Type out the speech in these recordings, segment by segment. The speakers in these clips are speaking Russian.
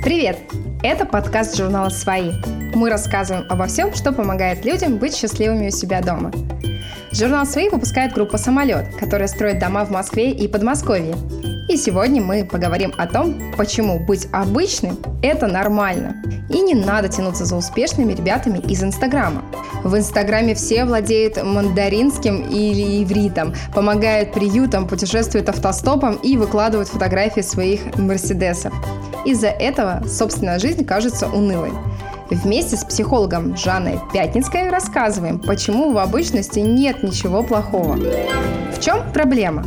Привет! Это подкаст журнала «Свои». Мы рассказываем обо всем, что помогает людям быть счастливыми у себя дома. Журнал «Свои» выпускает группа «Самолет», которая строит дома в Москве и Подмосковье. И сегодня мы поговорим о том, почему быть обычным – это нормально. И не надо тянуться за успешными ребятами из Инстаграма. В Инстаграме все владеют мандаринским или ивритом, помогают приютам, путешествуют автостопом и выкладывают фотографии своих мерседесов. Из-за этого собственная жизнь кажется унылой. Вместе с психологом Жанной Пятницкой рассказываем, почему в обычности нет ничего плохого. В чем проблема?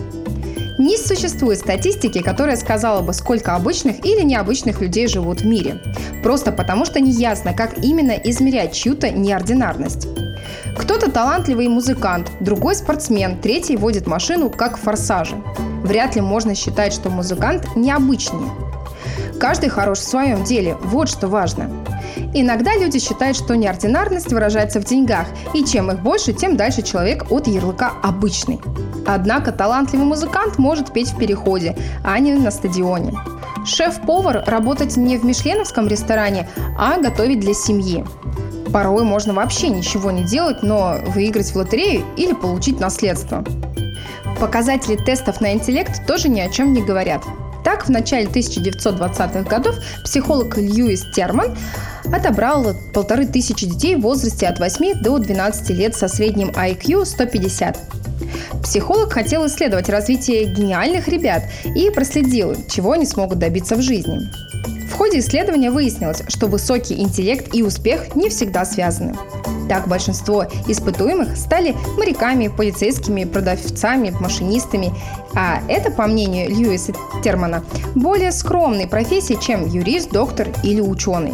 Не существует статистики, которая сказала бы, сколько обычных или необычных людей живут в мире. Просто потому, что неясно, как именно измерять чью-то неординарность. Кто-то талантливый музыкант, другой спортсмен, третий водит машину, как в «Форсаже». Вряд ли можно считать, что музыкант необычнее. Каждый хорош в своем деле, вот что важно. Иногда люди считают, что неординарность выражается в деньгах, и чем их больше, тем дальше человек от ярлыка «обычный». Однако талантливый музыкант может петь в переходе, а не на стадионе. Шеф-повар работать не в мишленовском ресторане, а готовить для семьи. Порой можно вообще ничего не делать, но выиграть в лотерею или получить наследство. Показатели тестов на интеллект тоже ни о чем не говорят. Так, в начале 1920-х годов психолог Льюис Терман отобрал 1500 детей в возрасте от 8 до 12 лет со средним IQ 150. Психолог хотел исследовать развитие гениальных ребят и проследил, чего они смогут добиться в жизни. В ходе исследования выяснилось, что высокий интеллект и успех не всегда связаны. Так, большинство испытуемых стали моряками, полицейскими, продавцами, машинистами. А это, по мнению Льюиса Термана, более скромные профессии, чем юрист, доктор или ученый.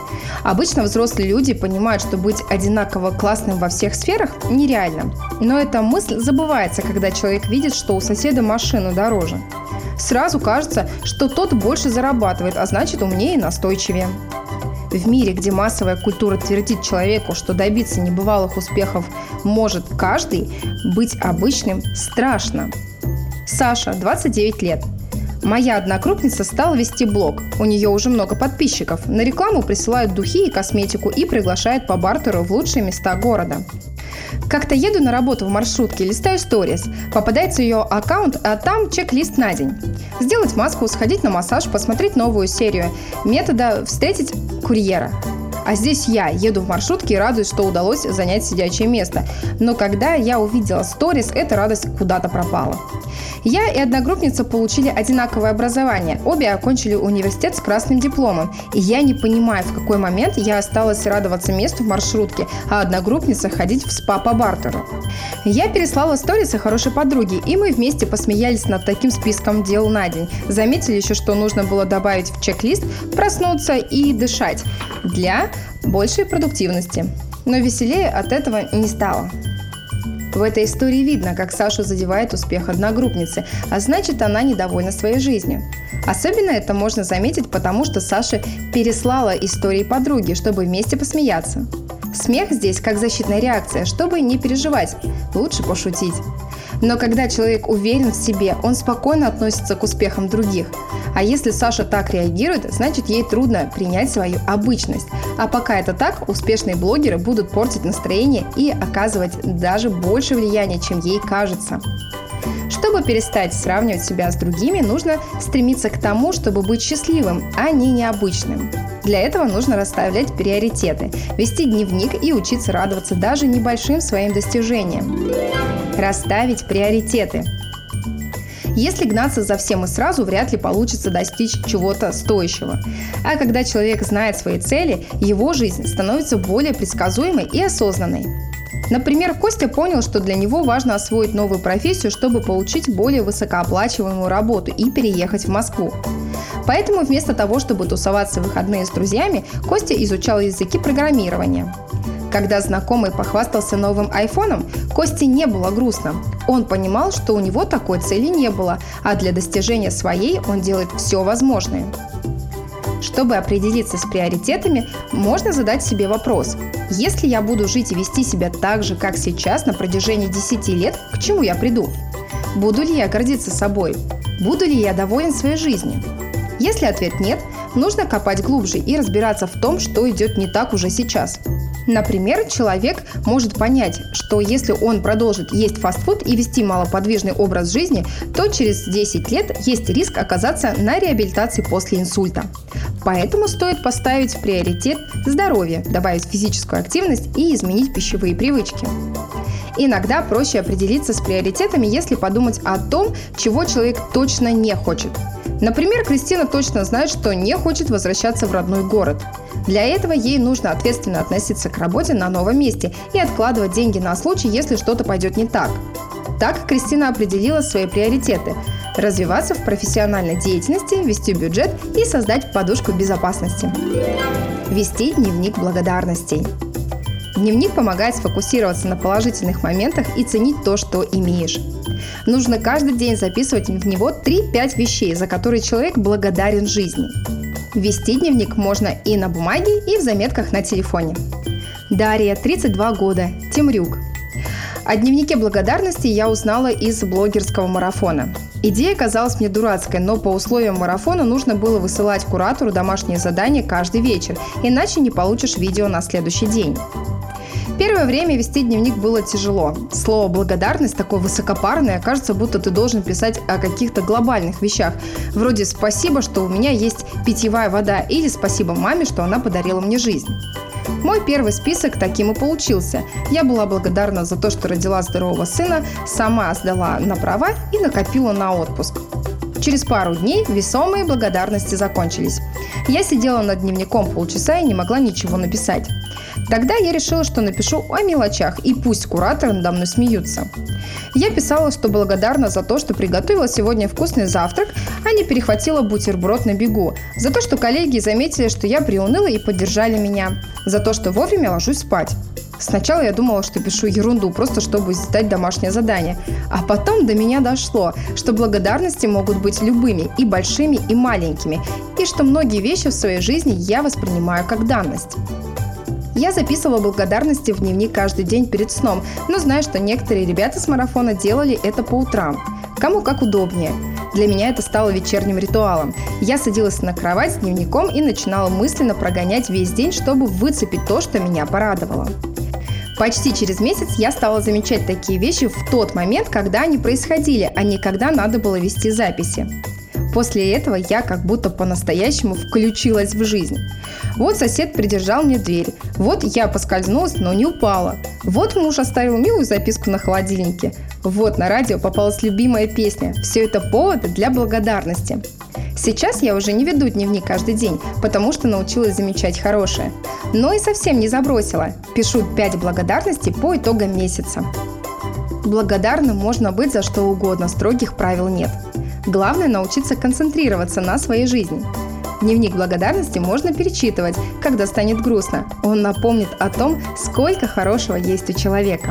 Обычно взрослые люди понимают, что быть одинаково классным во всех сферах нереально. Но эта мысль забывается, когда человек видит, что у соседа машина дороже. Сразу кажется, что тот больше зарабатывает, а значит умнее и настойчивее. В мире, где массовая культура твердит человеку, что добиться небывалых успехов может каждый, быть обычным страшно. Саша, 29 лет. Моя однокрупница стала вести блог. У нее уже много подписчиков. На рекламу присылают духи и косметику и приглашают по бартеру в лучшие места города. Как-то еду на работу в маршрутке, листаю сторис. Попадается ее аккаунт, а там чек-лист на день. Сделать маску, сходить на массаж, посмотреть новую серию. Метода встретить курьера. А здесь я еду в маршрутке и радуюсь, что удалось занять сидячее место. Но когда я увидела сторис, эта радость куда-то пропала. Я и одногруппница получили одинаковое образование. Обе окончили университет с красным дипломом. И я не понимаю, в какой момент я осталась радоваться месту в маршрутке, а одногруппница ходить в спа по бартеру. Я переслала сторисы хорошей подруге, и мы вместе посмеялись над таким списком дел на день. Заметили еще, что нужно было добавить в чек-лист проснуться и дышать для большей продуктивности. Но веселее от этого не стало. В этой истории видно, как Сашу задевает успех одногруппницы, а значит, она недовольна своей жизнью. Особенно это можно заметить, потому что Саша переслала истории подруге, чтобы вместе посмеяться. Смех здесь как защитная реакция, чтобы не переживать, лучше пошутить. Но когда человек уверен в себе, он спокойно относится к успехам других. А если Саша так реагирует, значит, ей трудно принять свою обычность. А пока это так, успешные блогеры будут портить настроение и оказывать даже больше влияния, чем ей кажется. Чтобы перестать сравнивать себя с другими, нужно стремиться к тому, чтобы быть счастливым, а не необычным. Для этого нужно расставлять приоритеты, вести дневник и учиться радоваться даже небольшим своим достижениям. Расставить приоритеты. Если гнаться за всем и сразу, вряд ли получится достичь чего-то стоящего. А когда человек знает свои цели, его жизнь становится более предсказуемой и осознанной. Например, Костя понял, что для него важно освоить новую профессию, чтобы получить более высокооплачиваемую работу и переехать в Москву. Поэтому вместо того, чтобы тусоваться в выходные с друзьями, Костя изучал языки программирования. Когда знакомый похвастался новым айфоном, Косте не было грустно. Он понимал, что у него такой цели не было, а для достижения своей он делает все возможное. Чтобы определиться с приоритетами, можно задать себе вопрос: если я буду жить и вести себя так же, как сейчас, на протяжении 10 лет, к чему я приду? Буду ли я гордиться собой? Буду ли я доволен своей жизнью? Если ответ нет, нужно копать глубже и разбираться в том, что идет не так уже сейчас. Например, человек может понять, что если он продолжит есть фастфуд и вести малоподвижный образ жизни, то через 10 лет есть риск оказаться на реабилитации после инсульта. Поэтому стоит поставить в приоритет здоровье, добавить физическую активность и изменить пищевые привычки. Иногда проще определиться с приоритетами, если подумать о том, чего человек точно не хочет. Например, Кристина точно знает, что не хочет возвращаться в родной город. Для этого ей нужно ответственно относиться к работе на новом месте и откладывать деньги на случай, если что-то пойдет не так. Так Кристина определила свои приоритеты – развиваться в профессиональной деятельности, вести бюджет и создать подушку безопасности. Вести дневник благодарностей. Дневник помогает сфокусироваться на положительных моментах и ценить то, что имеешь. Нужно каждый день записывать в него 3-5 вещей, за которые человек благодарен жизни. Вести дневник можно и на бумаге, и в заметках на телефоне. Дарья, 32 года, Темрюк. О дневнике благодарности я узнала из блогерского марафона. Идея казалась мне дурацкой, но по условиям марафона нужно было высылать куратору домашние задания каждый вечер, иначе не получишь видео на следующий день. Первое время вести дневник было тяжело. Слово «благодарность» такое высокопарное, кажется, будто ты должен писать о каких-то глобальных вещах, вроде «спасибо, что у меня есть питьевая вода» или «спасибо маме, что она подарила мне жизнь». Мой первый список таким и получился. Я была благодарна за то, что родила здорового сына, сама сдала на права и накопила на отпуск. Через пару дней весомые благодарности закончились. Я сидела над дневником полчаса и не могла ничего написать. Тогда я решила, что напишу о мелочах, и пусть кураторы надо мной смеются. Я писала, что благодарна за то, что приготовила сегодня вкусный завтрак, а не перехватила бутерброд на бегу, за то, что коллеги заметили, что я приуныла и поддержали меня, за то, что вовремя ложусь спать. Сначала я думала, что пишу ерунду, просто чтобы сдать домашнее задание. А потом до меня дошло, что благодарности могут быть любыми, и большими, и маленькими, и что многие вещи в своей жизни я воспринимаю как данность. Я записывала благодарности в дневник каждый день перед сном, но знаю, что некоторые ребята с марафона делали это по утрам. Кому как удобнее. Для меня это стало вечерним ритуалом. Я садилась на кровать с дневником и начинала мысленно прогонять весь день, чтобы выцепить то, что меня порадовало. Почти через месяц я стала замечать такие вещи в тот момент, когда они происходили, а не когда надо было вести записи. После этого я как будто по-настоящему включилась в жизнь. Вот сосед придержал мне дверь. Вот я поскользнулась, но не упала. Вот муж оставил милую записку на холодильнике. Вот на радио попалась любимая песня. Все это повод для благодарности. Сейчас я уже не веду дневник каждый день, потому что научилась замечать хорошее. Но и совсем не забросила. Пишу 5 благодарностей по итогам месяца. Благодарным можно быть за что угодно, строгих правил нет. Главное научиться концентрироваться на своей жизни. Дневник благодарности можно перечитывать, когда станет грустно. Он напомнит о том, сколько хорошего есть у человека.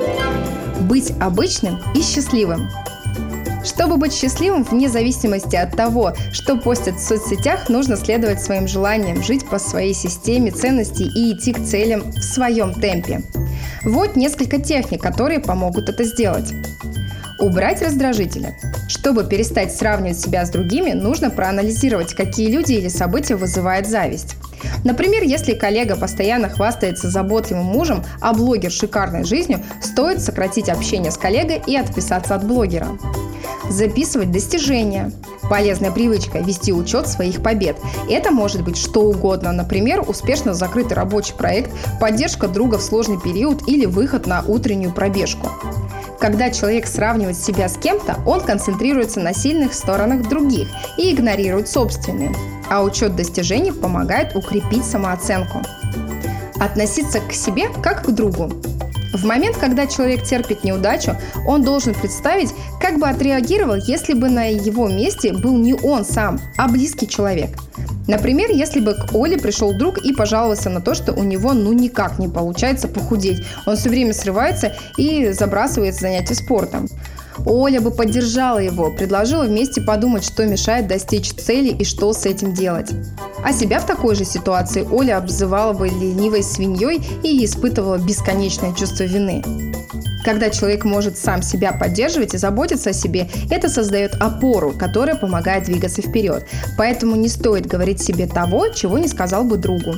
Быть обычным и счастливым. Чтобы быть счастливым, вне зависимости от того, что постят в соцсетях, нужно следовать своим желаниям, жить по своей системе ценностей и идти к целям в своем темпе. Вот несколько техник, которые помогут это сделать. Убрать раздражители. Чтобы перестать сравнивать себя с другими, нужно проанализировать, какие люди или события вызывают зависть. Например, если коллега постоянно хвастается заботливым мужем, а блогер шикарной жизнью, стоит сократить общение с коллегой и отписаться от блогера. Записывать достижения. Полезная привычка – вести учет своих побед. Это может быть что угодно, например, успешно закрытый рабочий проект, поддержка друга в сложный период или выход на утреннюю пробежку. Когда человек сравнивает себя с кем-то, он концентрируется на сильных сторонах других и игнорирует собственные. А учет достижений помогает укрепить самооценку. Относиться к себе как к другу. В момент, когда человек терпит неудачу, он должен представить, как бы отреагировал, если бы на его месте был не он сам, а близкий человек. Например, если бы к Оле пришел друг и пожаловался на то, что у него никак не получается похудеть. Он все время срывается и забрасывает занятия спортом. Оля бы поддержала его, предложила вместе подумать, что мешает достичь цели и что с этим делать. А себя в такой же ситуации Оля обзывала бы ленивой свиньей и испытывала бесконечное чувство вины. Когда человек может сам себя поддерживать и заботиться о себе, это создает опору, которая помогает двигаться вперед. Поэтому не стоит говорить себе того, чего не сказал бы другу.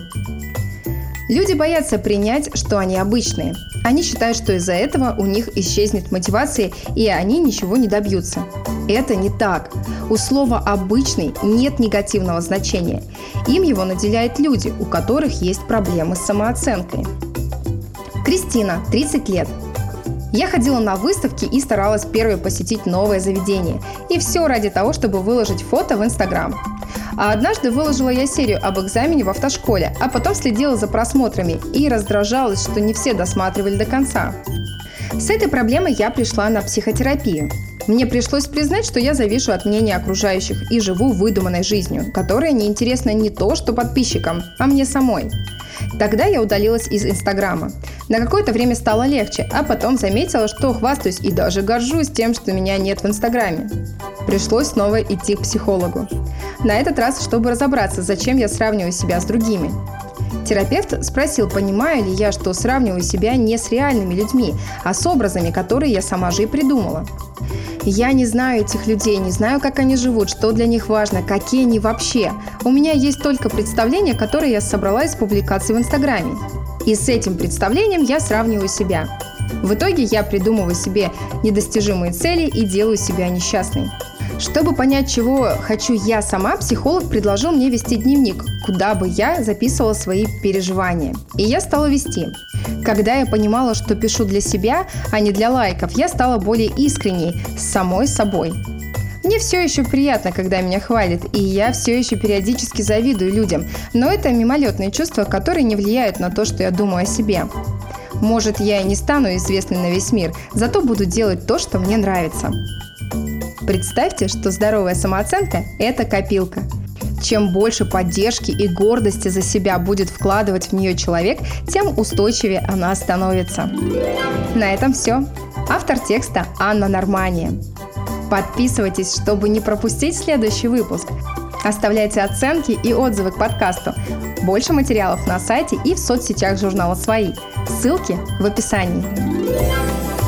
Люди боятся принять, что они обычные. Они считают, что из-за этого у них исчезнет мотивация, и они ничего не добьются. Это не так. У слова «обычный» нет негативного значения. Им его наделяют люди, у которых есть проблемы с самооценкой. Кристина, 30 лет. Я ходила на выставки и старалась первой посетить новое заведение. И все ради того, чтобы выложить фото в Инстаграм. А однажды выложила я серию об экзамене в автошколе, а потом следила за просмотрами и раздражалась, что не все досматривали до конца. С этой проблемой я пришла на психотерапию. Мне пришлось признать, что я завишу от мнения окружающих и живу выдуманной жизнью, которая неинтересна не то что подписчикам, а мне самой. Тогда я удалилась из Инстаграма. На какое-то время стало легче, а потом заметила, что хвастаюсь и даже горжусь тем, что меня нет в Инстаграме. Пришлось снова идти к психологу. На этот раз, чтобы разобраться, зачем я сравниваю себя с другими. Терапевт спросил, понимаю ли я, что сравниваю себя не с реальными людьми, а с образами, которые я сама же и придумала. Я не знаю этих людей, не знаю, как они живут, что для них важно, какие они вообще. У меня есть только представление, которое я собрала из публикаций в Инстаграме. И с этим представлением я сравниваю себя. В итоге я придумываю себе недостижимые цели и делаю себя несчастной. Чтобы понять, чего хочу я сама, психолог предложил мне вести дневник, куда бы я записывала свои переживания. И я стала вести. Когда я понимала, что пишу для себя, а не для лайков, я стала более искренней с самой собой. Мне все еще приятно, когда меня хвалят, и я все еще периодически завидую людям, но это мимолетные чувства, которые не влияют на то, что я думаю о себе. Может, я и не стану известной на весь мир, зато буду делать то, что мне нравится. Представьте, что здоровая самооценка – это копилка. Чем больше поддержки и гордости за себя будет вкладывать в нее человек, тем устойчивее она становится. На этом все. Автор текста Анна Нормания. Подписывайтесь, чтобы не пропустить следующий выпуск. Оставляйте оценки и отзывы к подкасту. Больше материалов на сайте и в соцсетях журнала «Свои». Ссылки в описании.